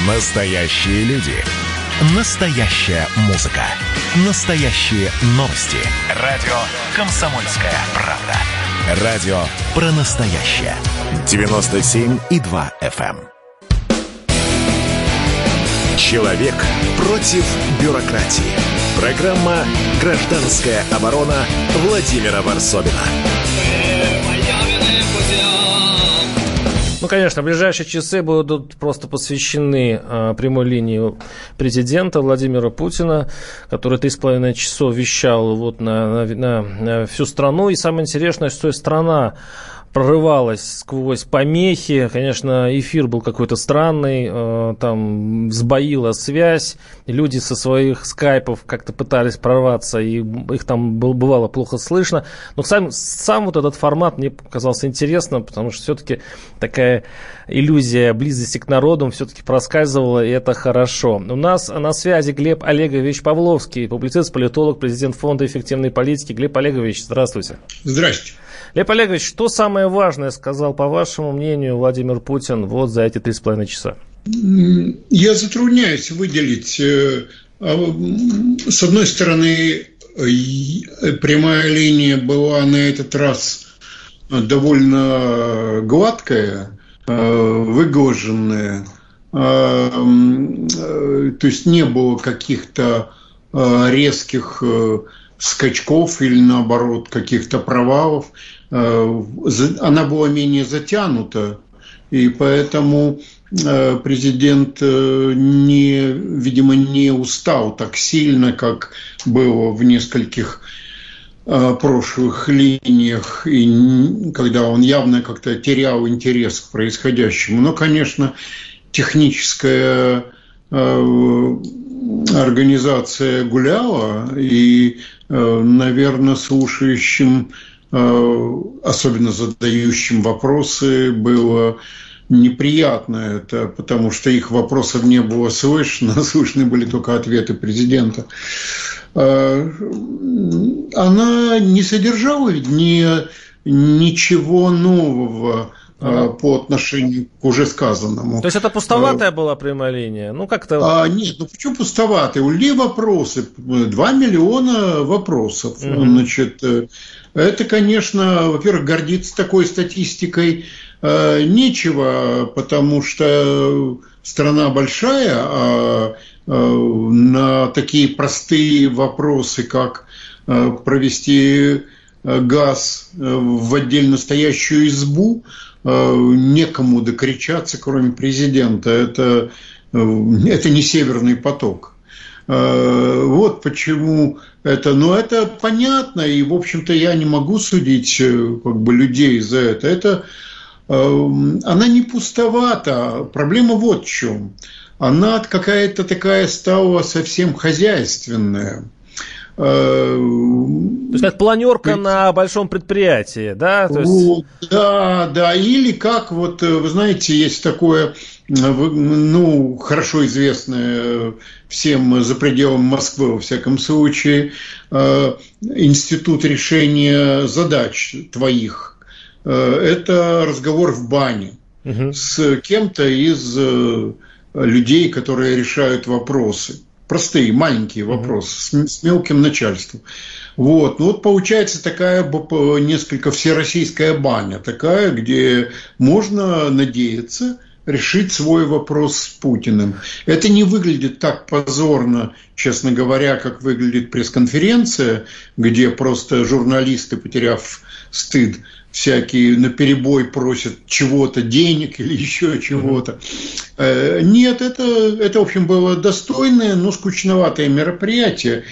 Настоящие люди. Настоящая музыка. Настоящие новости. Радио «Комсомольская правда». Радио про настоящее. 97,2 FM. Человек против бюрократии. Программа «Гражданская оборона» Владимира Варсобина. Ну, конечно, ближайшие часы будут просто посвящены прямой линии президента Владимира Путина, который 3,5 часов вещал на всю страну. И самое интересное, что страна прорывалась сквозь помехи. Конечно, эфир был какой-то странный, там сбоила связь, люди со своих скайпов как-то пытались прорваться, и их там бывало плохо слышно. Но сам вот этот формат мне показался интересным, потому что все-таки такая иллюзия близости к народу все-таки проскальзывала, и это хорошо. У нас на связи Глеб Олегович Павловский, публицист, политолог, президент Фонда эффективной политики. Глеб Олегович, здравствуйте. Здравствуйте. Глеб Олегович, что самое важное сказал, по вашему мнению, Владимир Путин за эти 3,5 часа? Я затрудняюсь выделить. С одной стороны, прямая линия была на этот раз довольно гладкая, выглаженная. То есть не было каких-то резких скачков или, наоборот, каких-то провалов. Она была менее затянута, и поэтому президент, видимо, не устал так сильно, как было в нескольких прошлых линиях, и когда он явно как-то терял интерес к происходящему. Но, конечно, техническая организация гуляла, и, наверное, слушающим, особенно задающим вопросы, было неприятно это, потому что их вопросов не было слышно, слышны были только ответы президента. Она не содержала ничего нового по отношению к уже сказанному. То есть это пустоватая была прямая линия? Ну, как-то... Нет, почему пустоватая? У людей вопросы, 2 миллиона вопросов. Значит, это, конечно, во-первых, гордиться такой статистикой нечего, потому что страна большая, а на такие простые вопросы, как провести газ в отдельно стоящую избу, некому докричаться, кроме президента. Это не Северный поток. Вот почему это. Но это понятно, и, в общем-то, я не могу судить людей за это. Она не пустовата. Проблема вот в чем. Она какая-то такая стала совсем хозяйственная. То есть это планерка на большом предприятии, да? То есть... Да. Или как, вы знаете, есть такое, хорошо известное всем за пределами Москвы, во всяком случае, институт решения задач твоих. Это разговор в бане с кем-то из людей, которые решают вопросы. Простые, маленькие вопросы с мелким начальством. Получается такая несколько всероссийская баня, такая, где можно надеяться решить свой вопрос с Путиным. Это не выглядит так позорно, честно говоря, как выглядит пресс-конференция, где просто журналисты, потеряв стыд, всякие наперебой просят чего-то, денег или еще чего-то. Нет, это, в общем, было достойное, но скучноватое мероприятие.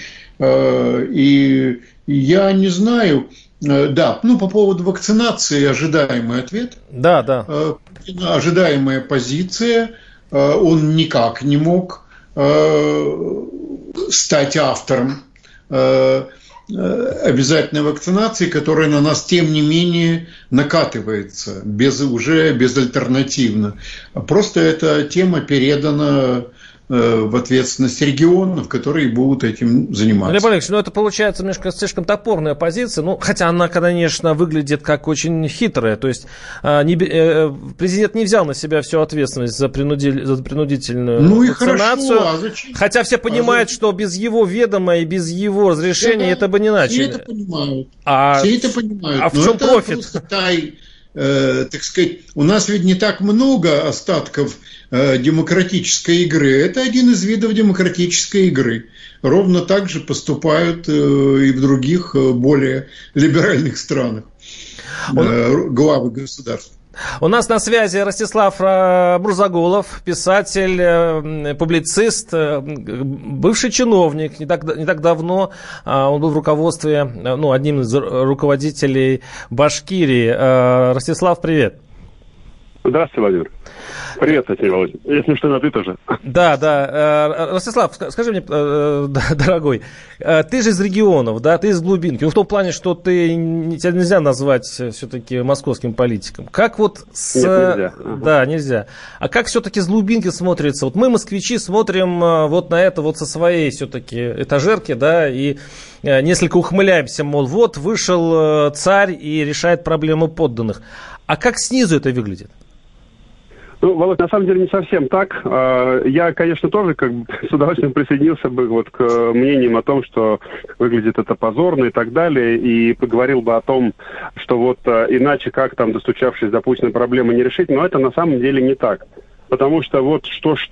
И я не знаю... Да, по поводу вакцинации ожидаемый ответ. Да. Ожидаемая позиция. Он никак не мог стать автором обязательной вакцинации, которая на нас, тем не менее, накатывается уже безальтернативно. Просто эта тема передана в ответственность регионов, которые будут этим заниматься. Глеб Олегович, это получается немножко слишком топорная позиция, хотя она, конечно, выглядит как очень хитрая, то есть президент не взял на себя всю ответственность за принудительную вакцинацию, хорошо, зачем? Хотя все понимают, что без его ведома и без его разрешения это бы не начали. Все это понимают. А в чем профит? Так сказать, у нас ведь не так много остатков демократической игры. Это один из видов демократической игры. Ровно так же поступают и в других более либеральных странах главы государств. У нас на связи Ростислав Мурзагулов, писатель, публицист, бывший чиновник. Не так давно он был в руководстве, одним из руководителей Башкирии. Ростислав, привет. Здравствуйте, Владимир. Привет, Татьяна Володя. Если что, на ты тоже. Да. Ростислав, скажи мне, дорогой, ты же из регионов, да, ты из глубинки. В том плане, что тебя нельзя назвать все-таки московским политиком. Как Нет, нельзя. Да, нельзя. А как все-таки с глубинки смотрится? Мы, москвичи, смотрим на это со своей все-таки этажерки, да, и несколько ухмыляемся, мол, вышел царь и решает проблему подданных. А как снизу это выглядит? Володь, на самом деле не совсем так. Я, конечно, тоже с удовольствием присоединился бы к мнениям о том, что выглядит это позорно и так далее, и поговорил бы о том, что иначе как достучавшись до Путина, проблемы не решить, но это на самом деле не так. Потому что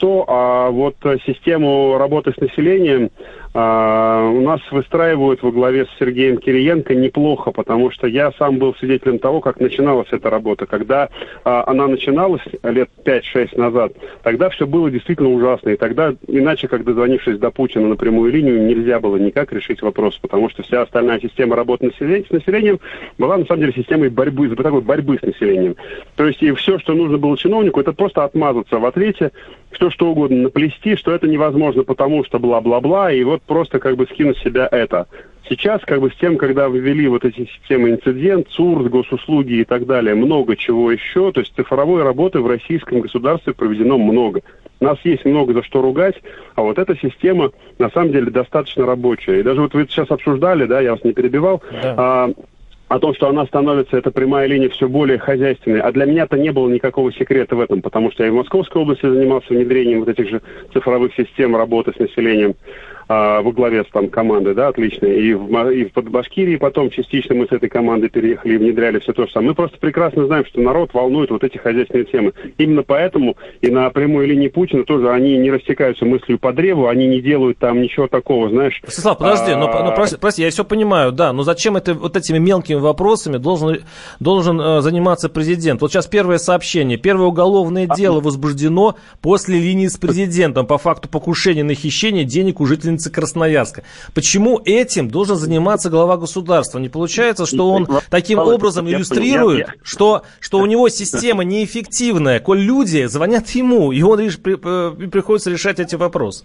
систему работы с населением у нас выстраивают во главе с Сергеем Кириенко неплохо, потому что я сам был свидетелем того, как начиналась эта работа. Когда она начиналась лет 5-6 назад, тогда все было действительно ужасно. И тогда, иначе как дозвонившись до Путина на прямую линию, нельзя было никак решить вопрос, потому что вся остальная система работы с населением была, на самом деле, системой борьбы с населением. То есть и все, что нужно было чиновнику, это просто отмазаться в ответе, что угодно наплести, что это невозможно, потому что бла-бла-бла, и просто скинуть с себя это. Сейчас, с тем, когда ввели эти системы инцидент, ЦУРС, госуслуги и так далее, много чего еще, то есть цифровой работы в российском государстве проведено много. Нас есть много за что ругать, а эта система, на самом деле, достаточно рабочая. И даже вы сейчас обсуждали, да, я вас не перебивал, да. О том, что она становится, эта прямая линия, все более хозяйственной. А для меня-то не было никакого секрета в этом, потому что я и в Московской области занимался внедрением этих же цифровых систем работы с населением во главе с командой, да, отличной. И в Башкирии потом частично мы с этой командой переехали и внедряли все то же самое. Мы просто прекрасно знаем, что народ волнует эти хозяйственные темы. Именно поэтому и на прямой линии Путина тоже они не растекаются мыслью по древу, они не делают там ничего такого, знаешь. Ростислав, подожди, прости, я все понимаю, да, но зачем этими мелкими вопросами должен заниматься президент? Сейчас первое сообщение. Первое уголовное дело возбуждено после линии с президентом по факту покушения на хищение денег у жительницы Красноярска. Почему этим должен заниматься глава государства? Не получается, что он таким образом иллюстрирует, что у него система неэффективная, коль люди звонят ему, и он приходится решать эти вопросы?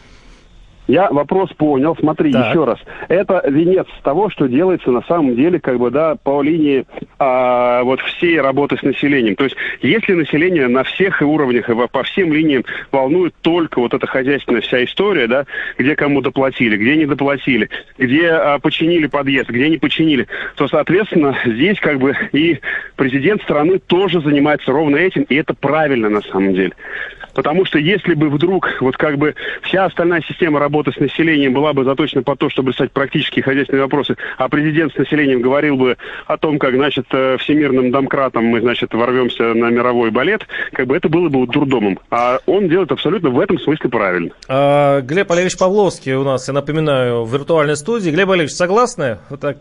Я вопрос понял. Смотри, еще раз. Это венец того, что делается на самом деле, по линии всей работы с населением. То есть, если население на всех уровнях и по всем линиям волнует только эта хозяйственная вся история, да, где кому доплатили, где не доплатили, где починили подъезд, где не починили, то, соответственно, здесь и президент страны тоже занимается ровно этим, и это правильно на самом деле. Потому что если бы вдруг вся остальная система работы с населением была бы заточена под то, чтобы решать практические хозяйственные вопросы, а президент с населением говорил бы о том, как, всемирным домкратом мы, ворвемся на мировой балет, это было бы дурдомом. А он делает абсолютно в этом смысле правильно. Глеб Олегович Павловский у нас, я напоминаю, в виртуальной студии. Глеб Олегович, согласны?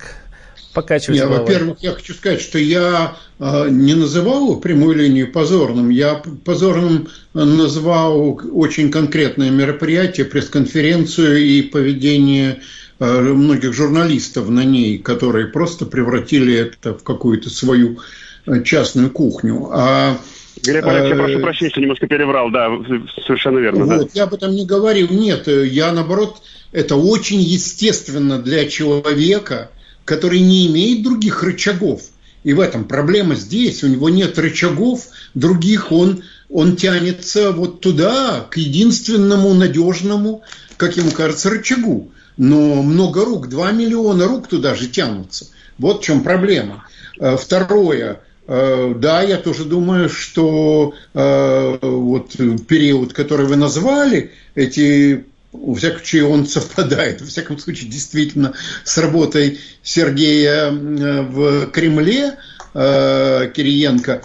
Во-первых, я хочу сказать, что я не называл прямую линию позорным. Я позорным назвал очень конкретное мероприятие, пресс-конференцию и поведение многих журналистов на ней, которые просто превратили это в какую-то свою частную кухню. Глеб Олегович, я прошу прощения, что немножко переврал, да, совершенно верно. Да. Я об этом не говорил. Нет, я наоборот, это очень естественно для человека, который не имеет других рычагов. И в этом проблема здесь. У него нет рычагов других, он он тянется вот туда, к единственному надежному, как ему кажется, рычагу. Но много рук, 2 миллиона рук туда же тянутся. Вот в чем проблема. Второе. Да, я тоже думаю, что вот период, который вы назвали, во всяком случае, он совпадает, во всяком случае, действительно, с работой Сергея в Кремле, Кириенко.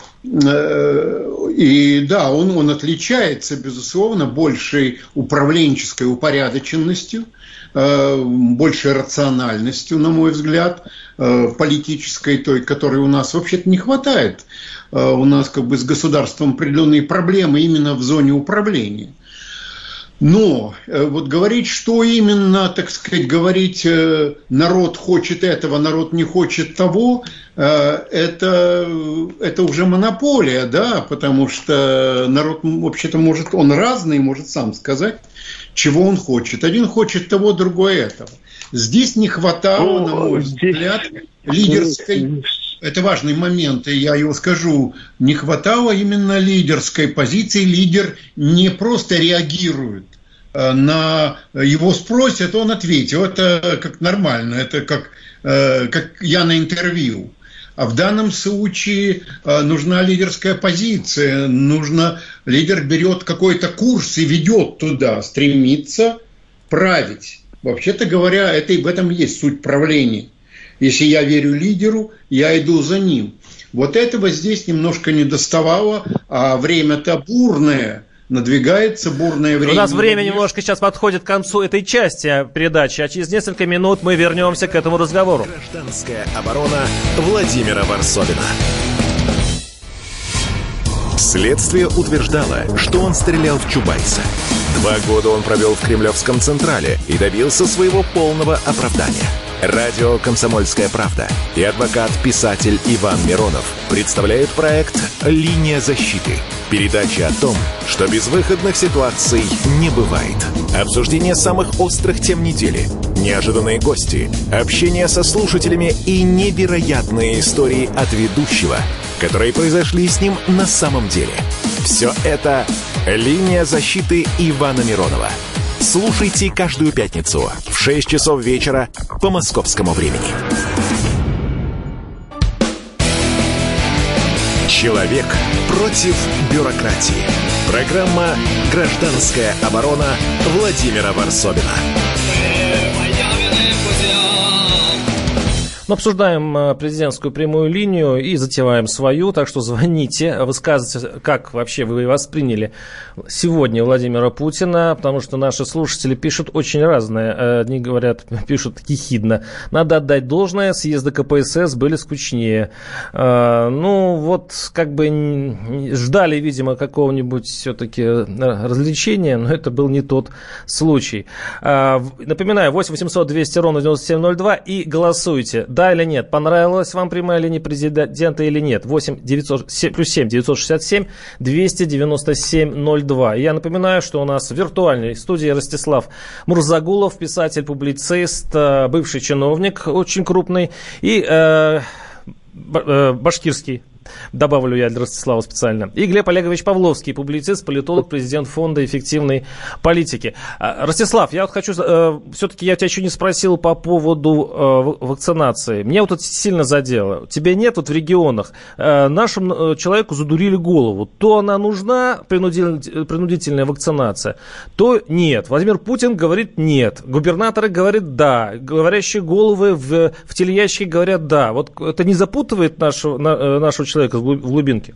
И да, он отличается, безусловно, большей управленческой упорядоченностью, большей рациональностью, на мой взгляд, политической, той, которой у нас вообще-то не хватает. У нас как бы с государством определенные проблемы именно в зоне управления. Но вот говорить, что именно, так сказать, говорить, народ хочет этого, народ не хочет того, это уже монополия, да, потому что народ вообще-то может, он разный, может сам сказать, чего он хочет. Один хочет того, другой этого. Здесь не хватало, на мой взгляд, лидерской... Это важный момент, и я его скажу. Не хватало именно лидерской позиции. Лидер не просто реагирует. На его спросят, он ответил. Это как нормально, это как я на интервью. А в данном случае нужна лидерская позиция. Лидер берет какой-то курс и ведет туда, стремится править. Вообще-то говоря, в этом есть суть правления. Если я верю лидеру, я иду за ним. Вот этого здесь немножко недоставало, а время-то бурное, надвигается бурное время. У нас время немножко сейчас подходит к концу этой части передачи, а через несколько минут мы вернемся к этому разговору. Гражданская оборона Владимира Варсобина. Следствие утверждало, что он стрелял в Чубайса. 2 года он провел в Кремлевском Централе и добился своего полного оправдания. Радио «Комсомольская правда» и адвокат-писатель Иван Миронов представляют проект «Линия защиты». Передача о том, что безвыходных ситуаций не бывает. Обсуждение самых острых тем недели, неожиданные гости, общение со слушателями и невероятные истории от ведущего, которые произошли с ним на самом деле. Все это «Линия защиты» Ивана Миронова. Слушайте каждую пятницу в 6 часов вечера по московскому времени. Человек против бюрократии. Программа «Гражданская оборона» Владимира Варсобина. Мы обсуждаем президентскую прямую линию и затеваем свою, так что звоните, высказывайте, как вообще вы восприняли сегодня Владимира Путина, потому что наши слушатели пишут очень разное. Одни пишут ехидно. Надо отдать должное, съезды КПСС были скучнее. Ждали, видимо, какого-нибудь все-таки развлечения, но это был не тот случай. Напоминаю, 8 800 200 ровно 9702 и голосуйте. Да или нет? Понравилась вам прямая линия президента или нет? 8 907 плюс 7 967 297 02. Я напоминаю, что у нас в виртуальной студии Ростислав Мурзагулов, писатель-публицист, бывший чиновник очень крупный и башкирский. Добавлю я для Ростислава специально. И Глеб Олегович Павловский, публицист, политолог, президент фонда эффективной политики. Ростислав, я вот хочу, все-таки я тебя еще не спросил по поводу вакцинации. Меня вот это сильно задело. Тебя нет вот в регионах. Нашему человеку задурили голову. То она нужна, принудительная вакцинация, то нет. Владимир Путин говорит нет. Губернаторы говорят да. Говорящие головы в телеящике говорят да. Вот это не запутывает нашего человека в глубинке?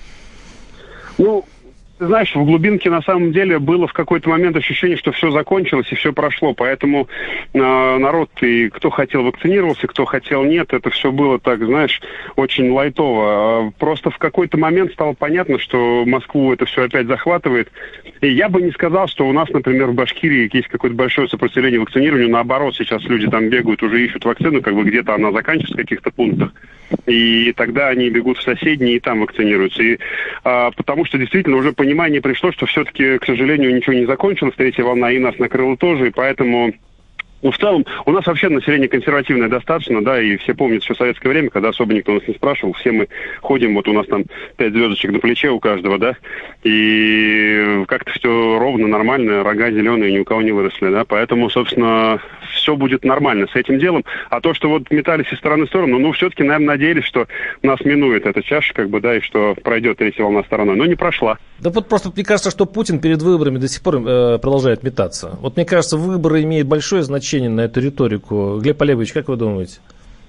Ты знаешь, в глубинке на самом деле было в какой-то момент ощущение, что все закончилось и все прошло. Поэтому народ, и кто хотел, вакцинировался, кто хотел, нет. Это все было так, знаешь, очень лайтово. Просто в какой-то момент стало понятно, что Москву это все опять захватывает. И я бы не сказал, что у нас, например, в Башкирии есть какое-то большое сопротивление вакцинированию. Наоборот, сейчас люди там бегают, уже ищут вакцину, как бы где-то она заканчивается в каких-то пунктах. И тогда они бегут в соседние и там вакцинируются. Потому что действительно уже понимание пришло, что все-таки, к сожалению, ничего не закончилось, 3-я волна и нас накрыла тоже, и поэтому Ну, в целом, у нас вообще население консервативное достаточно, да, и все помнят еще советское время, когда особо никто нас не спрашивал, все мы ходим, вот у нас там 5 звездочек на плече у каждого, да, и как-то все ровно, нормально, рога зеленые ни у кого не выросли, да, поэтому, собственно, все будет нормально с этим делом. А то, что вот метались из стороны в сторону, ну, все-таки, наверное, надеялись, что нас минует эта чаша, как бы, да, и что пройдет третья волна стороной, но не прошла. Да вот просто мне кажется, что Путин перед выборами до сих пор продолжает метаться. Вот мне кажется, выборы имеют большое значение на эту риторику. Глеб Олегович, как вы думаете?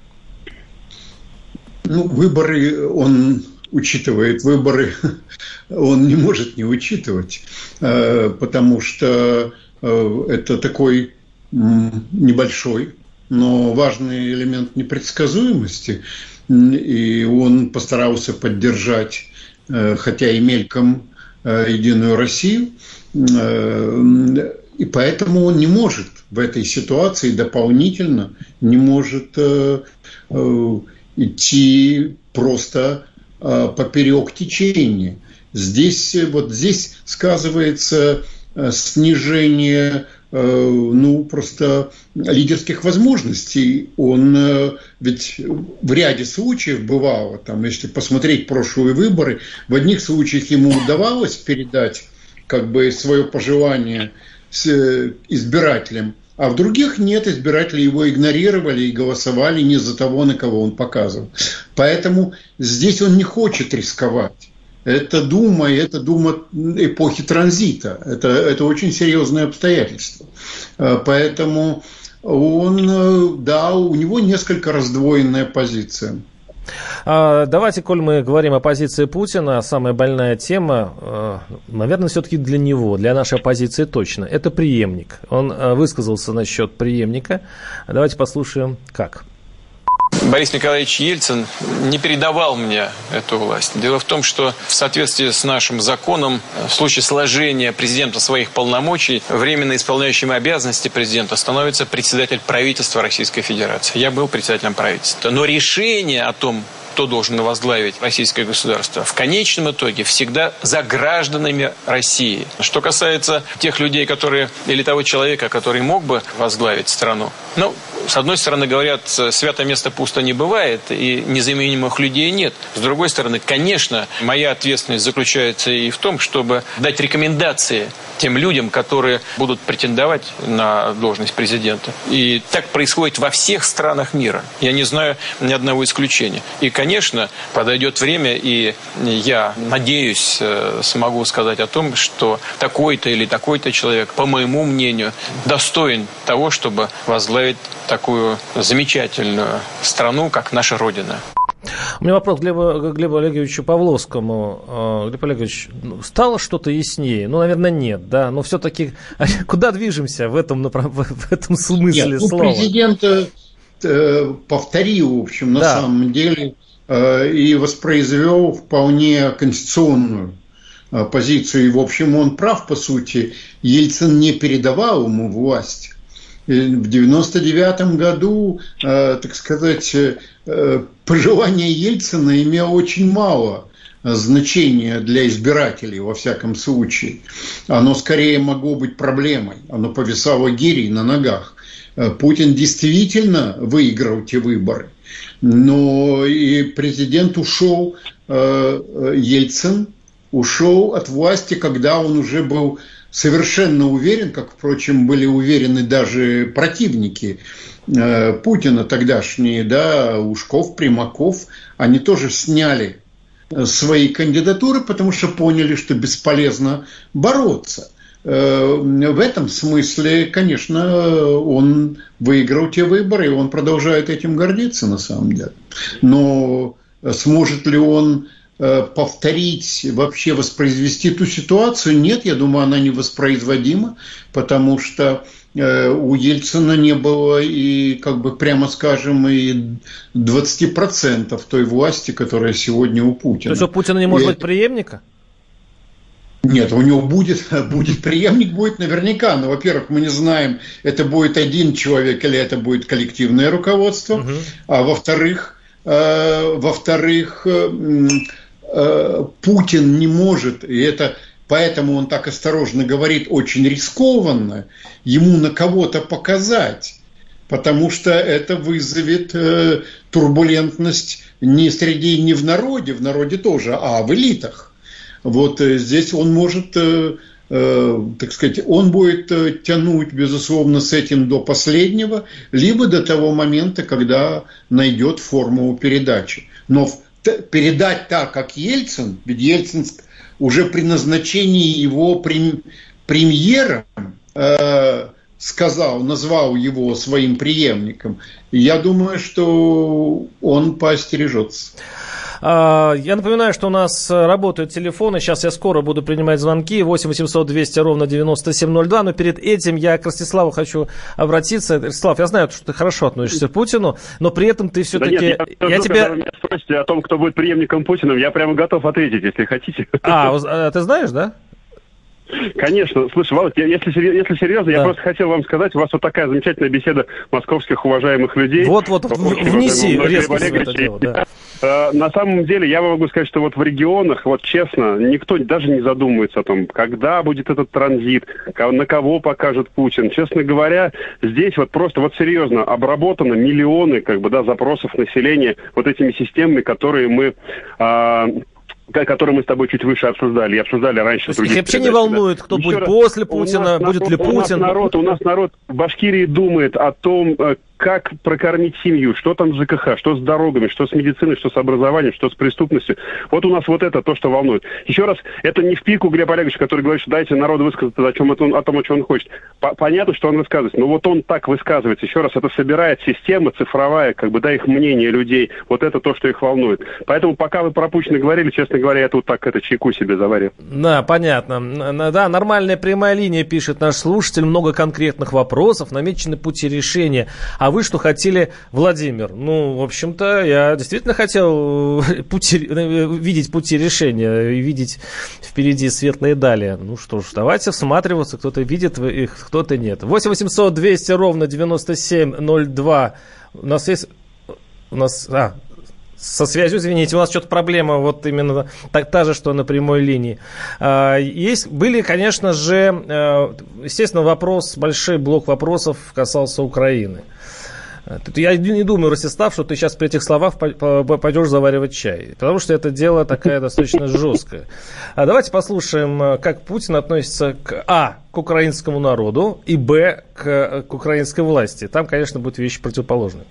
Ну, выборы он учитывает, выборы он не может не учитывать, потому что это такой небольшой, но важный элемент непредсказуемости, и он постарался поддержать, хотя и мельком, Единую Россию, и поэтому он не может в этой ситуации дополнительно не может идти просто поперек течения. Здесь сказывается снижение просто лидерских возможностей. Он ведь в ряде случаев бывало, там, если посмотреть прошлые выборы, в одних случаях ему удавалось передать как бы свое пожелание с избирателям, а в других нет, избиратели его игнорировали и голосовали не за того, на кого он показывал. Поэтому здесь он не хочет рисковать. Это дума эпохи транзита. Это очень серьезное обстоятельство. Поэтому у него несколько раздвоенная позиция. Давайте, коль мы говорим о позиции Путина, самая больная тема, наверное, все-таки для него, для нашей оппозиции точно, это преемник. Он высказался насчет преемника. Давайте послушаем, как. Борис Николаевич Ельцин не передавал мне эту власть. Дело в том, что в соответствии с нашим законом, в случае сложения президента своих полномочий, временно исполняющим обязанности президента становится председатель правительства Российской Федерации. Я был председателем правительства. Но решение о том, кто должен возглавить российское государство, в конечном итоге всегда за гражданами России. Что касается тех людей, или того человека, который мог бы возглавить страну, с одной стороны, говорят, святое место пусто не бывает, и незаменимых людей нет. С другой стороны, конечно, моя ответственность заключается и в том, чтобы дать рекомендации тем людям, которые будут претендовать на должность президента. И так происходит во всех странах мира. Я не знаю ни одного исключения. И, конечно, подойдет время, и я надеюсь, смогу сказать о том, что такой-то или такой-то человек, по моему мнению, достоин того, чтобы возглавить такую замечательную страну, как наша Родина. У меня вопрос к Глебу Олеговичу Павловскому. Глеб Олегович, стало что-то яснее? Наверное, нет, да, но все-таки куда движемся в этом смысле слова? Президент повторил, в общем, на самом деле, и воспроизвел вполне конституционную позицию. И, в общем, он прав, по сути. Ельцин не передавал ему власть. В 1999 году, так сказать, пожелание Ельцина имело очень мало значения для избирателей, во всяком случае. Оно скорее могло быть проблемой. Оно повисало гирей на ногах. Путин действительно выиграл те выборы. Но и президент ушел, Ельцин ушел от власти, когда он уже был совершенно уверен, как, впрочем, были уверены даже противники Путина тогдашние, Ушков, Примаков, они тоже сняли свои кандидатуры, потому что поняли, что бесполезно бороться. В этом смысле, конечно, он выиграл те выборы, и он продолжает этим гордиться на самом деле. Но сможет ли он повторить, вообще воспроизвести ту ситуацию? Нет, я думаю, она невоспроизводима, потому что у Ельцина не было и, прямо скажем, и 20% той власти, которая сегодня у Путина. То есть у Путина не может быть преемника? Нет, у него будет преемник, будет наверняка. Но, во-первых, мы не знаем, это будет один человек или это будет коллективное руководство. А во-вторых, Путин не может, и это поэтому он так осторожно говорит, очень рискованно ему на кого-то показать. потому что это вызовет турбулентность не в народе тоже, а в элитах. Вот здесь он может, так сказать, он будет тянуть, безусловно, с этим до последнего, либо до того момента, когда найдет формулу передачи. Но передать так, как Ельцин, ведь Ельцин уже при назначении его премьером назвал его своим преемником, я думаю, что он поостережется. Я напоминаю, что у нас работают телефоны. Сейчас я скоро буду принимать звонки. 8 800 200 ровно 9702. Но перед этим я к Ростиславу хочу обратиться. Ростислав, я знаю, что ты хорошо относишься к Путину, но при этом ты все-таки... Да нет, когда вы меня спросите о том, кто будет преемником Путина, я прямо готов ответить, если хотите. Ты знаешь, да? Конечно. Слушай, Володь, если серьезно, я просто хотел вам сказать, у вас вот такая замечательная беседа московских уважаемых людей. Вот, внеси резкость в это дело, да. На самом деле, я могу сказать, что вот в регионах, вот честно, никто даже не задумывается о том, когда будет этот транзит, на кого покажет Путин. Честно говоря, здесь вот просто вот серьезно обработано миллионы запросов населения вот этими системами, которые мы с тобой чуть выше обсуждали раньше. Их вообще не волнует, кто будет после Путина, будет ли Путин. У нас народ в Башкирии думает о том, как прокормить семью, что там с ЖКХ, что с дорогами, что с медициной, что с образованием, что с преступностью. Вот у нас вот это то, что волнует. Еще раз, это не в пику Глеб Олегович, который говорит, что дайте народу высказаться о том, о чем он хочет. Понятно, что он высказывается, но вот он так высказывается. Еще раз, это собирает система цифровая, их мнение людей. Вот это то, что их волнует. Поэтому пока вы про Путина говорили, честно говоря, я тут чайку себе заварил. Да, понятно. Да, нормальная прямая линия, пишет наш слушатель. Много конкретных вопросов, намечены пути решения. А вы что хотели, Владимир? В общем-то, я действительно хотел видеть пути решения и видеть впереди светлые дали. Что ж, давайте всматриваться, кто-то видит их, кто-то нет. 8 800 200 ровно 9702. У нас есть... Со связью, извините, у нас что-то проблема, вот именно та же, что на прямой линии. Были, конечно же, естественно, большой блок вопросов касался Украины. Я не думаю, Ростислав, что ты сейчас при этих словах пойдешь заваривать чай, потому что это дело такое достаточно жесткое. Давайте послушаем, как Путин относится к украинскому народу и к украинской власти. Там, конечно, будут вещи противоположные.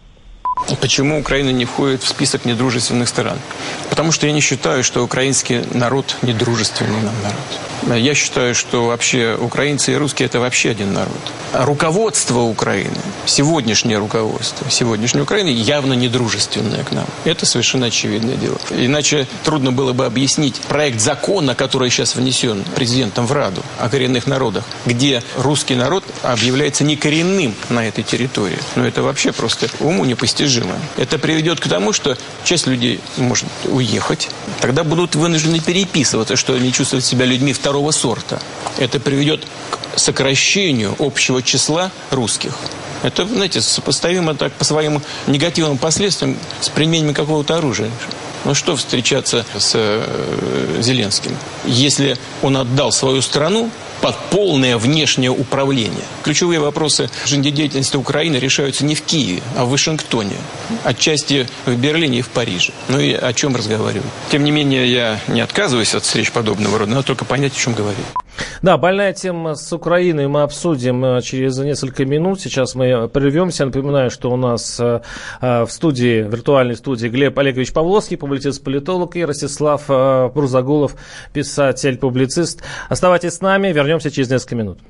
Почему Украина не входит в список недружественных стран? Потому что я не считаю, что украинский народ недружественный нам народ. Я считаю, что вообще украинцы и русские – это вообще один народ. А руководство Украины, сегодняшнее руководство сегодняшней Украины явно недружественное к нам. Это совершенно очевидное дело. Иначе трудно было бы объяснить проект закона, который сейчас внесен президентом в Раду о коренных народах, где русский народ объявляется некоренным на этой территории. Но это вообще просто уму непостижимо. Это приведет к тому, что часть людей может уехать, тогда будут вынуждены переписываться, что они чувствуют себя людьми второго сорта. Это приведет к сокращению общего числа русских. Это, знаете, сопоставимо так по своим негативным последствиям с применением какого-то оружия. Что встречаться с Зеленским, если он отдал свою страну под полное внешнее управление? Ключевые вопросы жизнедеятельности Украины решаются не в Киеве, а в Вашингтоне. Отчасти в Берлине и в Париже. И о чем разговариваю. Тем не менее, я не отказываюсь от встреч подобного рода, надо только понять, о чем говорить. Да, больная тема с Украиной мы обсудим через несколько минут. Сейчас мы прервемся. Напоминаю, что у нас в виртуальной студии Глеб Олегович Павловский, публицист-политолог, и Ростислав Бурзагулов, писатель-публицист. Оставайтесь с нами, вернемся через несколько минут.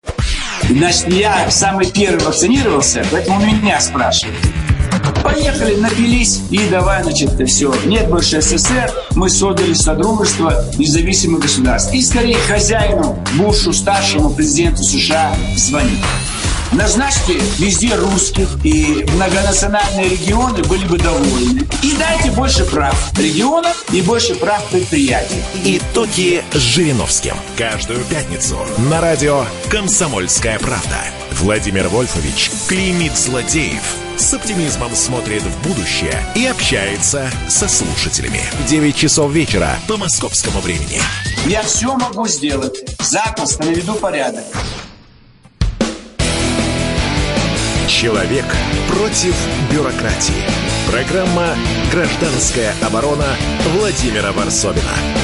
Значит, я самый первый вакцинировался, поэтому меня спрашивают. Поехали, напились и давай, все. Нет больше СССР, мы создали Содружество независимых государств. И скорее хозяину, Бушу, старшему президенту США, звонить. Назначьте везде русских, и многонациональные регионы были бы довольны. И дайте больше прав регионам и больше прав предприятий. Итоги с Жириновским. Каждую пятницу на радио «Комсомольская правда». Владимир Вольфович клеймит злодеев, с оптимизмом смотрит в будущее и общается со слушателями. 9 часов вечера по московскому времени. Я все могу сделать. Запросто наведу порядок. Человек против бюрократии. Программа «Гражданская оборона» Владимира Варсобина.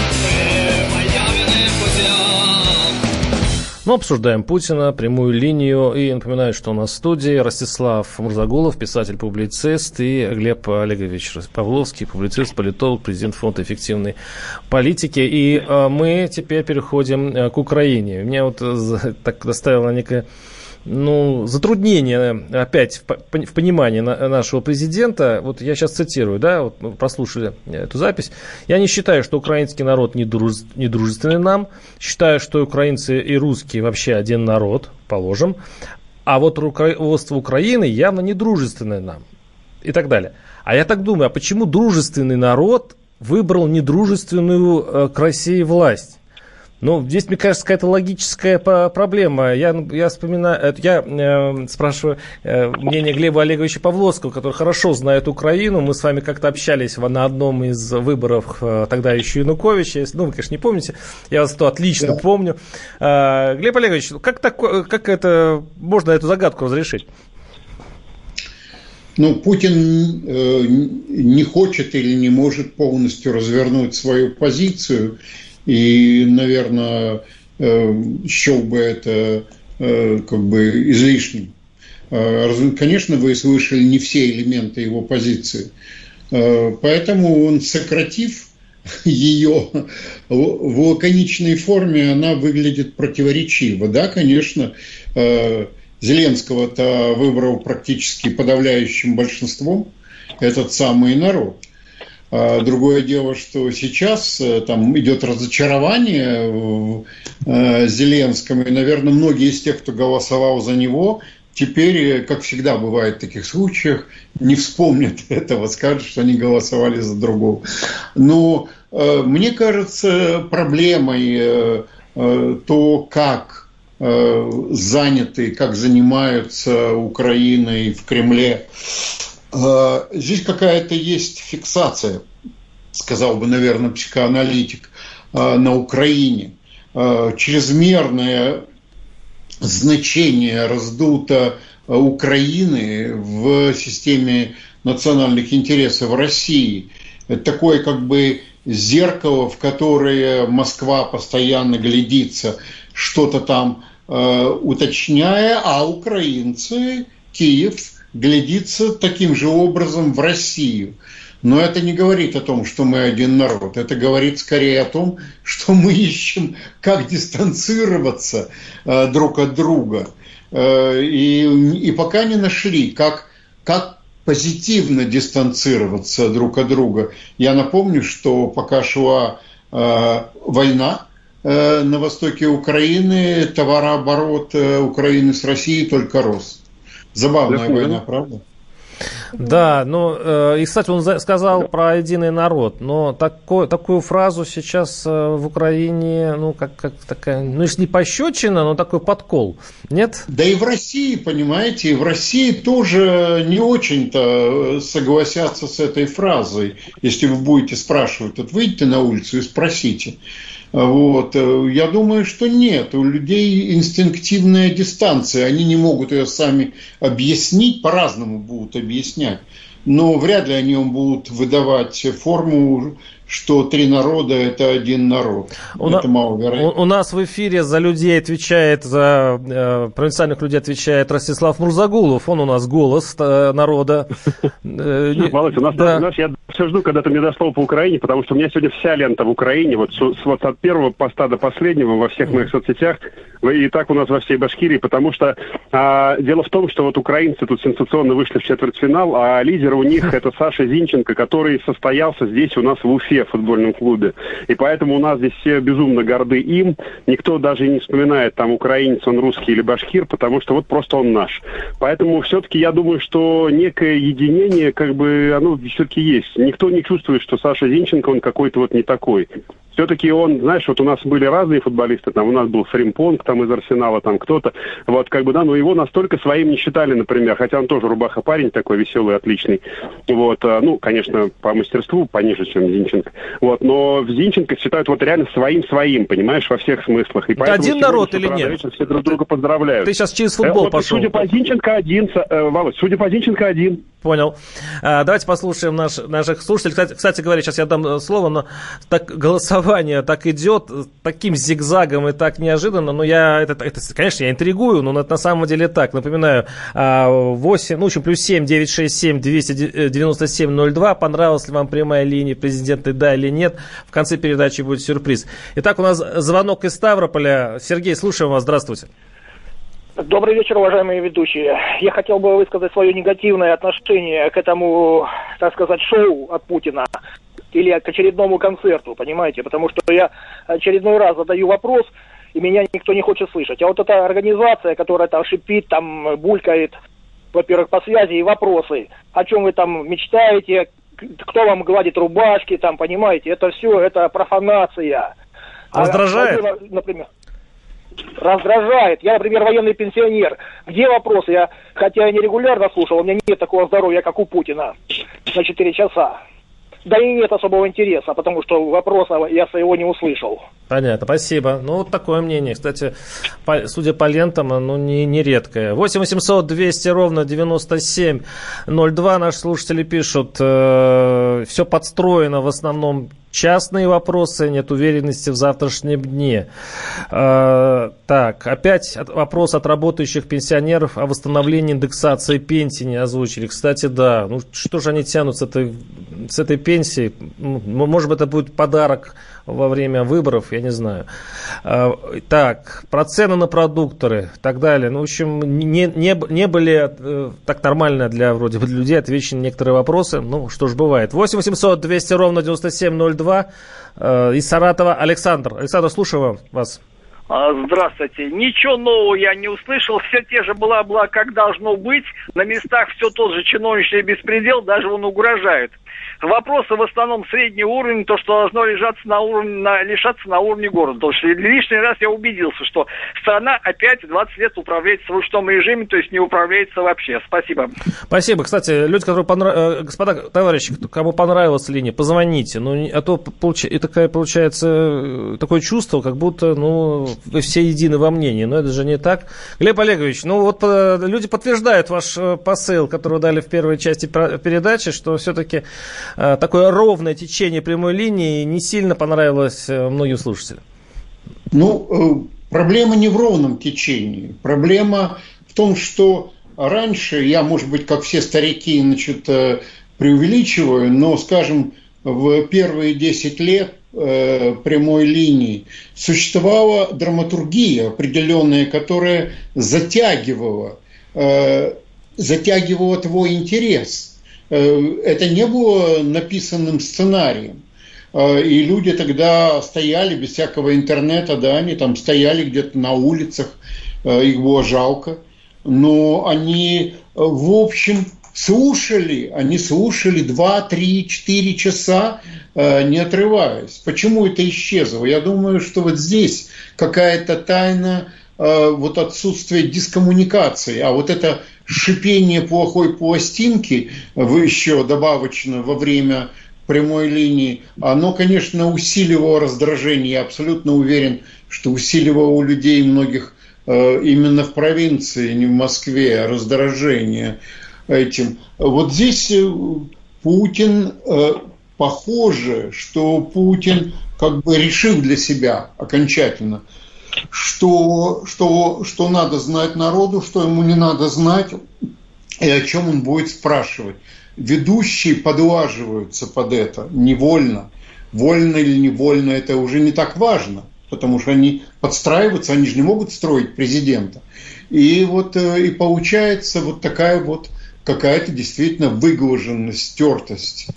Мы обсуждаем Путина, прямую линию. И напоминаю, что у нас в студии Ростислав Мурзагулов, писатель-публицист, и Глеб Олегович Павловский, публицист, политолог, президент Фонда эффективной политики. И мы теперь переходим к Украине. Меня вот так доставило некое затруднение опять в понимании нашего президента. Вот я сейчас цитирую, да, вот мы прослушали эту запись. Я не считаю, что украинский народ недружественный нам. Считаю, что украинцы и русские вообще один народ, положим. А вот руководство Украины явно недружественное нам. И так далее. А я так думаю, а почему дружественный народ выбрал недружественную к России власть? Здесь, мне кажется, какая-то логическая проблема. Я спрашиваю мнение Глеба Олеговича Павловского, который хорошо знает Украину. Мы с вами как-то общались на одном из выборов тогда еще Януковича. Вы, конечно, не помните. Я вас то отлично помню. Глеб Олегович, как это можно эту загадку разрешить? Путин не хочет или не может полностью развернуть свою позицию. И, наверное, счел бы это излишним. Конечно, вы слышали не все элементы его позиции. Поэтому он, сократив ее в лаконичной форме, она выглядит противоречиво. Да, конечно, Зеленского-то выбрал практически подавляющим большинством этот самый народ. Другое дело, что сейчас там идет разочарование в Зеленском, и, наверное, многие из тех, кто голосовал за него, теперь, как всегда бывает в таких случаях, не вспомнят этого, скажут, что они голосовали за другого. Но мне кажется, проблемой то, как заняты, как занимаются Украиной в Кремле. Здесь какая-то есть фиксация, сказал бы, наверное, психоаналитик, на Украине. Чрезмерное значение раздуто Украины в системе национальных интересов России. Это такое зеркало, в которое Москва постоянно глядится, что-то там уточняя, а украинцы, Киев, глядится таким же образом в Россию. Но это не говорит о том, что мы один народ. Это говорит скорее о том, что мы ищем, как дистанцироваться друг от друга. И пока не нашли, как позитивно дистанцироваться друг от друга. Я напомню, что пока шла война на востоке Украины, товарооборот Украины с Россией только рос. Забавная война, правда? Да, и, кстати, он сказал про единый народ, но такую фразу сейчас в Украине, как такая, если не пощечина, но такой подкол, нет? Да и в России, понимаете, в России тоже не очень-то согласятся с этой фразой. Если вы будете спрашивать, выйдите на улицу и спросите. Я думаю, что нет. У людей инстинктивная дистанция. Они не могут ее сами объяснить, по-разному будут объяснять. Но вряд ли они будут выдавать форму, что три народа – это один народ. Это маловероятно. У нас в эфире за провинциальных людей отвечает Ростислав Мурзагулов. Он у нас голос народа. Володя, я все жду, когда ты мне дашь слово по Украине, потому что у меня сегодня вся лента в Украине, от первого поста до последнего во всех моих соцсетях, и так у нас во всей Башкирии, потому что дело в том, что украинцы тут сенсационно вышли в четвертьфинал, а лидер у них это Саша Зинченко, который состоялся здесь у нас в Уфе, в футбольном клубе. И поэтому у нас здесь все безумно горды им. Никто даже не вспоминает, там, украинец, он русский или башкир, потому что просто он наш. Поэтому все-таки я думаю, что некое единение, оно все-таки есть. Никто не чувствует, что Саша Зинченко, он какой-то не такой. все-таки он, знаешь, вот у нас были разные футболисты, там у нас был Фримпонг, там из Арсенала, там кто-то, вот как бы, да, но его настолько своим не считали, например, хотя он тоже рубаха парень такой веселый, отличный, вот, ну, конечно, по мастерству пониже, чем Зинченко, вот, но в Зинченко считают вот реально своим, понимаешь, во всех смыслах. И это один народ или нет? Все друг друга поздравляют. Ты сейчас через футбол пошел. Судя по Зинченко один, Володь, судя по Зинченко один. Понял. Давайте послушаем наших слушателей. Кстати говоря, сейчас я дам слово, но так голосование так идет, таким зигзагом и так неожиданно. Но конечно, я интригую, но это на самом деле так. Напоминаю, 8, ну, плюс 7, 967 297 02. Понравилась ли вам прямая линия президента, да или нет? В конце передачи будет сюрприз. Итак, у нас звонок из Ставрополя. Сергей, слушаем вас. Здравствуйте. Добрый вечер, уважаемые ведущие. Я хотел бы высказать свое негативное отношение к этому, так сказать, шоу от Путина или к очередному концерту, понимаете? Потому что я очередной раз задаю вопрос, и меня никто не хочет слышать. А вот эта организация, которая там шипит, там булькает, во-первых, по связи и вопросы, о чем вы там мечтаете, кто вам гладит рубашки, там, понимаете? Это все, это профанация. Раздражает? Например. Раздражает. Я, например, военный пенсионер. Где вопросы? Хотя я не регулярно слушал, у меня нет такого здоровья, как у Путина на 4 часа. Да и нет особого интереса, потому что вопроса я своего не услышал. Понятно, спасибо. Ну, вот такое мнение. Кстати, судя по лентам, оно не редкое. 8 800 200 ровно 9702. Наши слушатели пишут, все подстроено в основном частные вопросы, нет уверенности в завтрашнем дне. Так, опять вопрос от работающих пенсионеров о восстановлении индексации пенсии не озвучили. Кстати, да, ну что же они тянут с этой пенсией? Может быть, это будет подарок во время выборов, я не знаю. Так, про цены на продукты и так далее. Ну, в общем, не были так нормально для вроде бы людей отвечены некоторые вопросы. Ну, что ж, бывает. 8 800 200 ровно 9702. Из Саратова Александр. Александр, слушаю вас. Здравствуйте. Ничего нового я не услышал. Все те же бла-бла, как должно быть. На местах все тот же чиновничный беспредел, даже он угрожает. Вопросы в основном среднего уровня, то, что должно лишаться на уровне города. Потому что лишний раз я убедился, что страна опять 20 лет управляется в ручном режиме, то есть не управляется вообще. Спасибо. Спасибо. Кстати, люди, которые господа, товарищи, кому понравилась линия, позвоните. Ну, а то получается такое чувство, как будто, ну, вы все едины во мнении. Но это же не так. Глеб Олегович, ну вот люди подтверждают ваш посыл, который вы дали в первой части передачи, что все-таки такое ровное течение прямой линии не сильно понравилось многим слушателям. Ну, проблема не в ровном течении. Проблема в том, что раньше, я, может быть, как все старики, преувеличиваю, но, скажем, в первые 10 лет прямой линии существовала драматургия определенная, которая затягивала твой интерес. Это не было написанным сценарием. И люди тогда стояли без всякого интернета, да, они там стояли где-то на улицах, их было жалко. Но они, в общем, слушали 2, 3, 4 часа, не отрываясь. Почему это исчезло? Я думаю, что вот здесь какая-то тайна вот отсутствия дискоммуникации, а вот это шипение плохой пластинки еще добавочно во время прямой линии, оно, конечно, усиливало раздражение. Я абсолютно уверен, что усиливало у людей многих именно в провинции, не в Москве, раздражение этим. Вот здесь Путин, похоже, что Путин как бы решил для себя окончательно, что надо знать народу, что ему не надо знать, и о чем он будет спрашивать. Ведущие подлаживаются под это невольно. Вольно или невольно, это уже не так важно, потому что они подстраиваются, они же не могут строить президента. И вот и получается вот такая вот какая-то действительно выглаженность, стертость.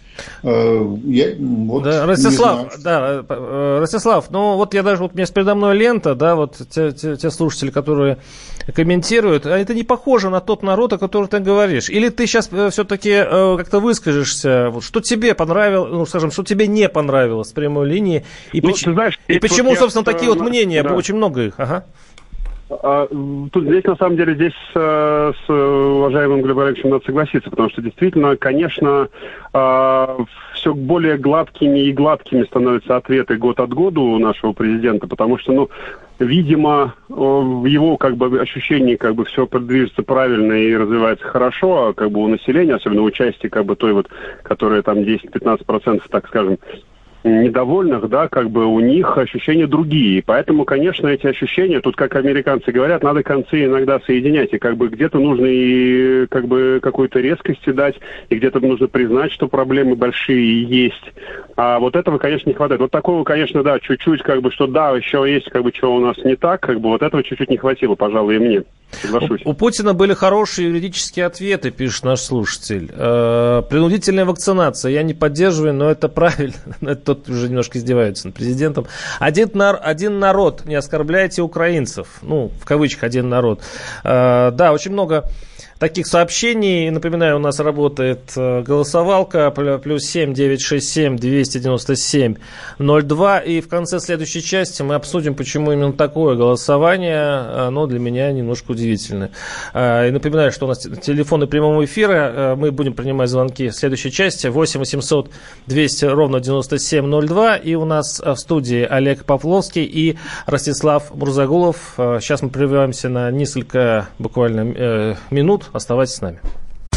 Ростислав, ну вот я даже, вот у меня передо мной лента, да, вот те слушатели, которые комментируют, а это не похоже на тот народ, о котором ты говоришь. Или ты сейчас все-таки как-то выскажешься, вот, что тебе понравилось, ну, скажем, что тебе не понравилось с прямой линии, и, и почему, собственно, такие вот мнения, очень много их, ага. Тут здесь, на самом деле, с уважаемым Глебом Олеговичем надо согласиться, потому что действительно, конечно, все более гладкими и гладкими становятся ответы год от года у нашего президента, потому что, видимо, в его ощущении все движется правильно и развивается хорошо, а у населения, особенно у части той вот, которая там 10-15%, так скажем, недовольных, да, у них ощущения другие. Поэтому, конечно, эти ощущения, тут, как американцы говорят, надо концы иногда соединять. И где-то нужно и какой-то резкости дать, и где-то нужно признать, что проблемы большие есть. А вот этого, конечно, не хватает. Вот такого, конечно, да, чуть-чуть, что да, еще есть, что у нас не так, вот этого чуть-чуть не хватило, пожалуй, и мне. Соглашусь. У Путина были хорошие юридические ответы, пишет наш слушатель. Принудительная вакцинация. Я не поддерживаю, но это правильно. Тот уже немножко издевается над президентом. Один народ. Не оскорбляйте украинцев. В кавычках один народ. Да, очень много таких сообщений. Напоминаю, у нас работает голосовалка +7 967 297 02. И в конце следующей части мы обсудим, почему именно такое голосование, оно для меня немножко удивительное. И напоминаю, что у нас телефоны прямого эфира. Мы будем принимать звонки в следующей части. 8 800 200 ровно 9702. И у нас в студии Олег Павловский и Ростислав Мурзагулов. Сейчас мы прерываемся на несколько буквально минут. Оставайтесь с нами.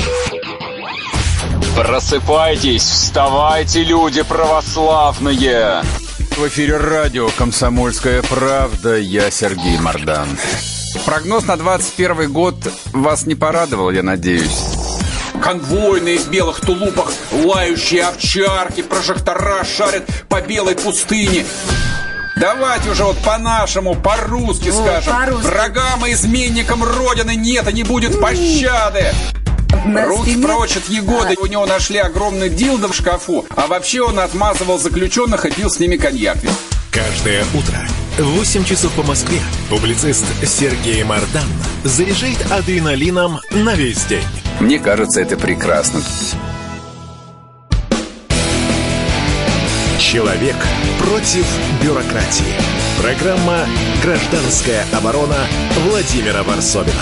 Просыпайтесь, вставайте, люди православные! В эфире радио «Комсомольская правда». Я Сергей Мордан. Прогноз на 21 год вас не порадовал, я надеюсь. Конвойные в белых тулупах, лающие овчарки, прожектора шарят по белой пустыне. Давайте уже по-нашему, по-русски скажем. По-русски. Врагам и изменникам Родины нет и не будет пощады. Руки прочь от Егоды. У него нашли огромный дилдо в шкафу. А вообще он отмазывал заключенных и пил с ними коньяк. Каждое утро в 8 часов по Москве публицист Сергей Мордан заряжает адреналином на весь день. Мне кажется, это прекрасно. Человек против бюрократии. Программа «Гражданская оборона» Владимира Варсобина.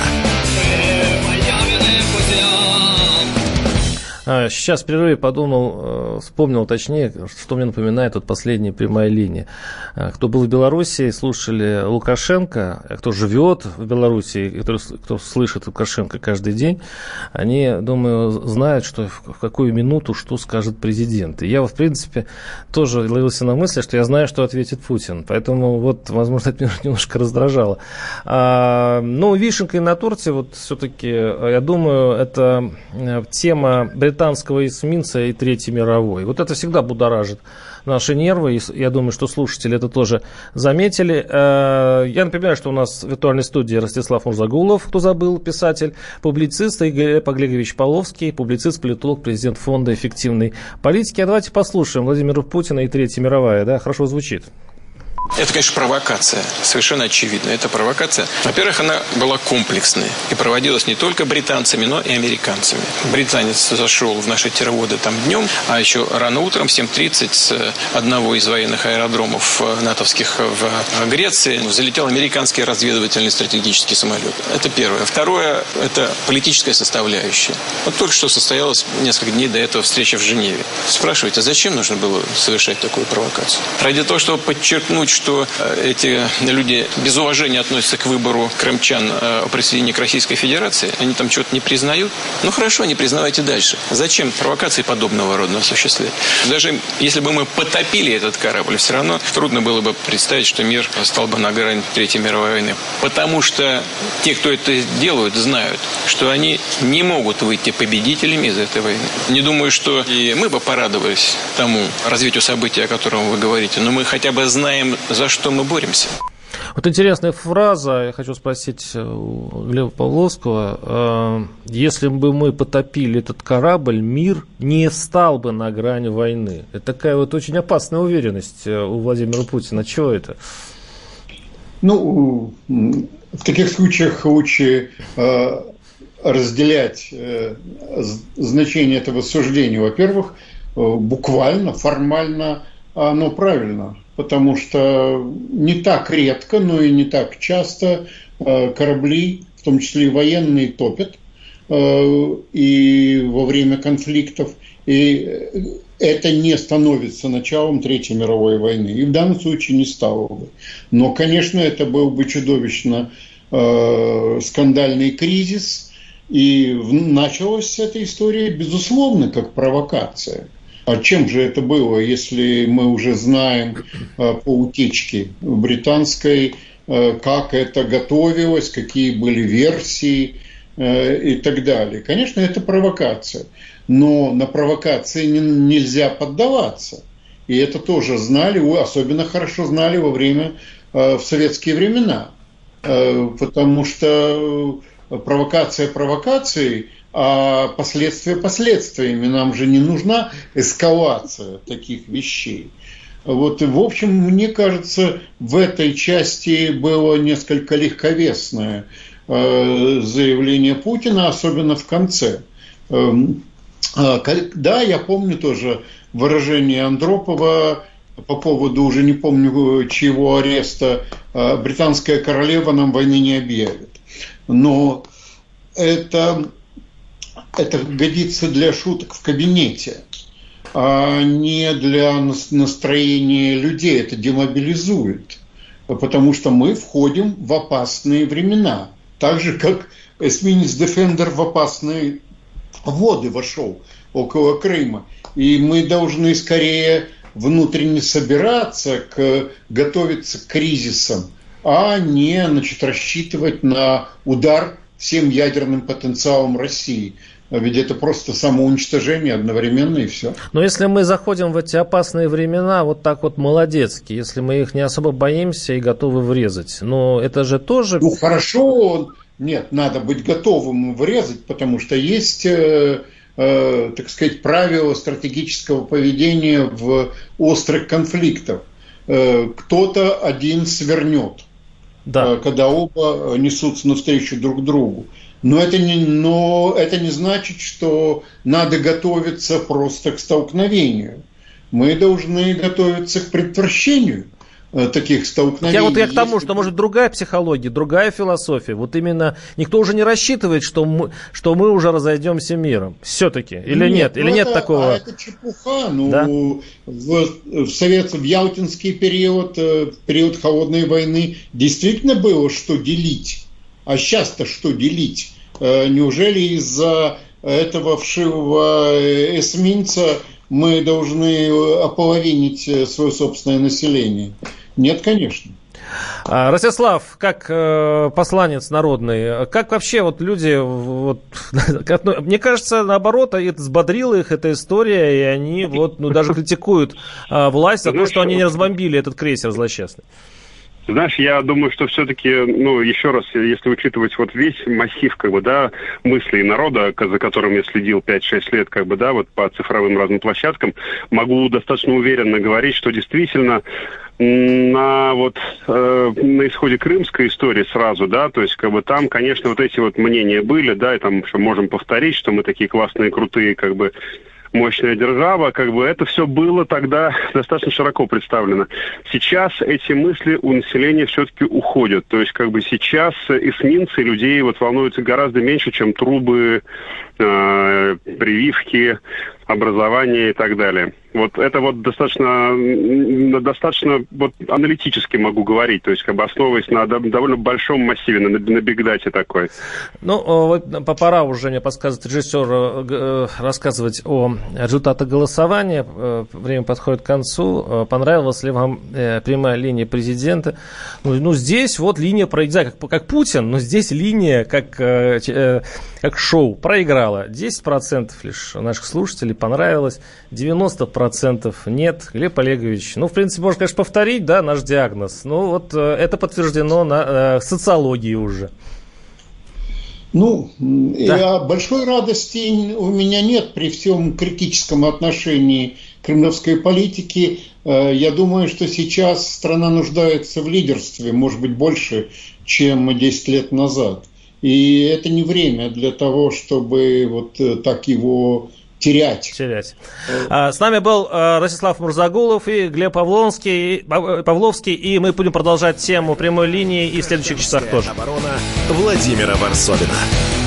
Сейчас в перерыве вспомнил точнее, что мне напоминает последняя прямая линия. Кто был в Беларуси, слушали Лукашенко, кто живет в Беларуси, кто слышит Лукашенко каждый день, они, думаю, знают, что в какую минуту что скажет президент. И я, в принципе, тоже ловился на мысли, что я знаю, что ответит Путин. Поэтому, возможно, это меня немножко раздражало. Но вишенкой на торте, все-таки, я думаю, это тема британского эсминца и Третьей мировой. Это всегда будоражит наши нервы. И я думаю, что слушатели это тоже заметили. Я напоминаю, что у нас в виртуальной студии Ростислав Мурзагулов, кто забыл, писатель, публицист, и Глеб Олегович Павловский, публицист, политолог, президент фонда эффективной политики. А давайте послушаем Владимира Путина и Третья мировая. Да, хорошо звучит. Это, конечно, провокация, совершенно очевидно. Это провокация. Во-первых, она была комплексной и проводилась не только британцами, но и американцами. Британец зашел в наши терводы днем, а еще рано утром в 7:30 с одного из военных аэродромов натовских в Греции залетел американский разведывательный стратегический самолет. Это первое. Второе – это политическая составляющая. Только что состоялась несколько дней до этого встреча в Женеве. Спрашиваете, зачем нужно было совершать такую провокацию? Ради того, чтобы подчеркнуть, что эти люди без уважения относятся к выбору крымчан о присоединении к Российской Федерации, они там что-то не признают. Хорошо, не признавайте дальше. Зачем провокации подобного рода осуществлять? Даже если бы мы потопили этот корабль, все равно трудно было бы представить, что мир стал бы на грани Третьей мировой войны. Потому что те, кто это делают, знают, что они не могут выйти победителями из этой войны. Не думаю, что и мы бы порадовались тому развитию событий, о котором вы говорите, но мы хотя бы знаем, за что мы боремся. Вот интересная фраза, я хочу спросить у Глеба Павловского. Если бы мы потопили этот корабль, мир не встал бы на грани войны. Это такая вот очень опасная уверенность у Владимира Путина. Чего это? Ну, в таких случаях лучше разделять значение этого суждения. Во-первых, буквально, формально оно правильно, потому что не так редко, но и не так часто корабли, в том числе и военные, топят и во время конфликтов, и это не становится началом Третьей мировой войны, и в данном случае не стало бы. Но, конечно, это был бы чудовищно скандальный кризис, и началась эта история, безусловно, как провокация. А чем же это было, если мы уже знаем по утечке британской, как это готовилось, какие были версии и так далее? Конечно, это провокация, но на провокации нельзя поддаваться. И это тоже знали, особенно хорошо знали в советские времена, потому что провокация провокацией, а последствия последствиями. Нам же не нужна эскалация таких вещей. Вот, в общем, мне кажется, в этой части было несколько легковесное заявление Путина, особенно в конце. Да, я помню тоже выражение Андропова по поводу, уже не помню чьего ареста, британская королева нам войны не объявит. Но это годится для шуток в кабинете, а не для настроения людей. Это демобилизует, потому что мы входим в опасные времена. Так же, как эсминец «Дефендер» в опасные воды вошел около Крыма. И мы должны скорее внутренне собираться, готовиться к кризисам, а не рассчитывать на удар всем ядерным потенциалом России. Ведь это просто самоуничтожение одновременно, и все. Но если мы заходим в эти опасные времена вот так вот молодецки, если мы их не особо боимся и готовы врезать, но это же тоже... Ну, хорошо, нет, надо быть готовым врезать, потому что есть, так сказать, правила стратегического поведения в острых конфликтах. Кто-то один свернет, да, когда оба несутся навстречу друг другу. Но это не значит, что надо готовиться просто к столкновению. Мы должны готовиться к предотвращению таких столкновений. Я к тому, что может другая психология, другая философия. Вот именно никто уже не рассчитывает, что мы уже разойдемся миром. Все-таки. Или нет? Или нет такого? Это чепуха. Да? В Ялтинский период, в период Холодной войны, действительно было что делить. А сейчас-то что делить? Неужели из-за этого вшивого эсминца мы должны ополовинить свое собственное население? Нет, конечно. Ростислав, как посланец народный, как вообще вот люди, мне кажется, наоборот, это взбодрила их эта история, и они даже критикуют власть за то, что они не разбомбили этот крейсер злосчастный. Знаешь, я думаю, что все-таки, еще раз, если учитывать весь массив, мыслей народа, за которым я следил 5-6 лет, по цифровым разным площадкам, могу достаточно уверенно говорить, что действительно на исходе крымской истории сразу, то есть, там, конечно, эти мнения были, и там, что можем повторить, что мы такие классные, крутые, мощная держава, это все было тогда достаточно широко представлено. Сейчас эти мысли у населения все-таки уходят. То есть, сейчас эсминцы людей волнуются гораздо меньше, чем трубы, прививки, образование и так далее. Это достаточно аналитически могу говорить, то есть основываясь на довольно большом массиве, на бигдате такой. Пора уже, мне подсказывает режиссер, рассказывать о результатах голосования. Время подходит к концу. Понравилась ли вам прямая линия президента? Здесь линия проиграла, как Путин, но здесь линия как шоу проиграла. 10% лишь наших слушателей понравилось, 90% 100% нет. Глеб Олегович, в принципе, можно, конечно, повторить, да, наш диагноз. Но вот это подтверждено на социологии уже. Да. Большой радости у меня нет при всем критическом отношении к кремлевской политике. Я думаю, что сейчас страна нуждается в лидерстве, может быть, больше, чем 10 лет назад. И это не время для того, чтобы вот так его терять. С нами был Ростислав Мурзагулов и Глеб Павловский, и мы будем продолжать тему прямой линии и в следующих часах тоже. Оборона Владимира Варсобина.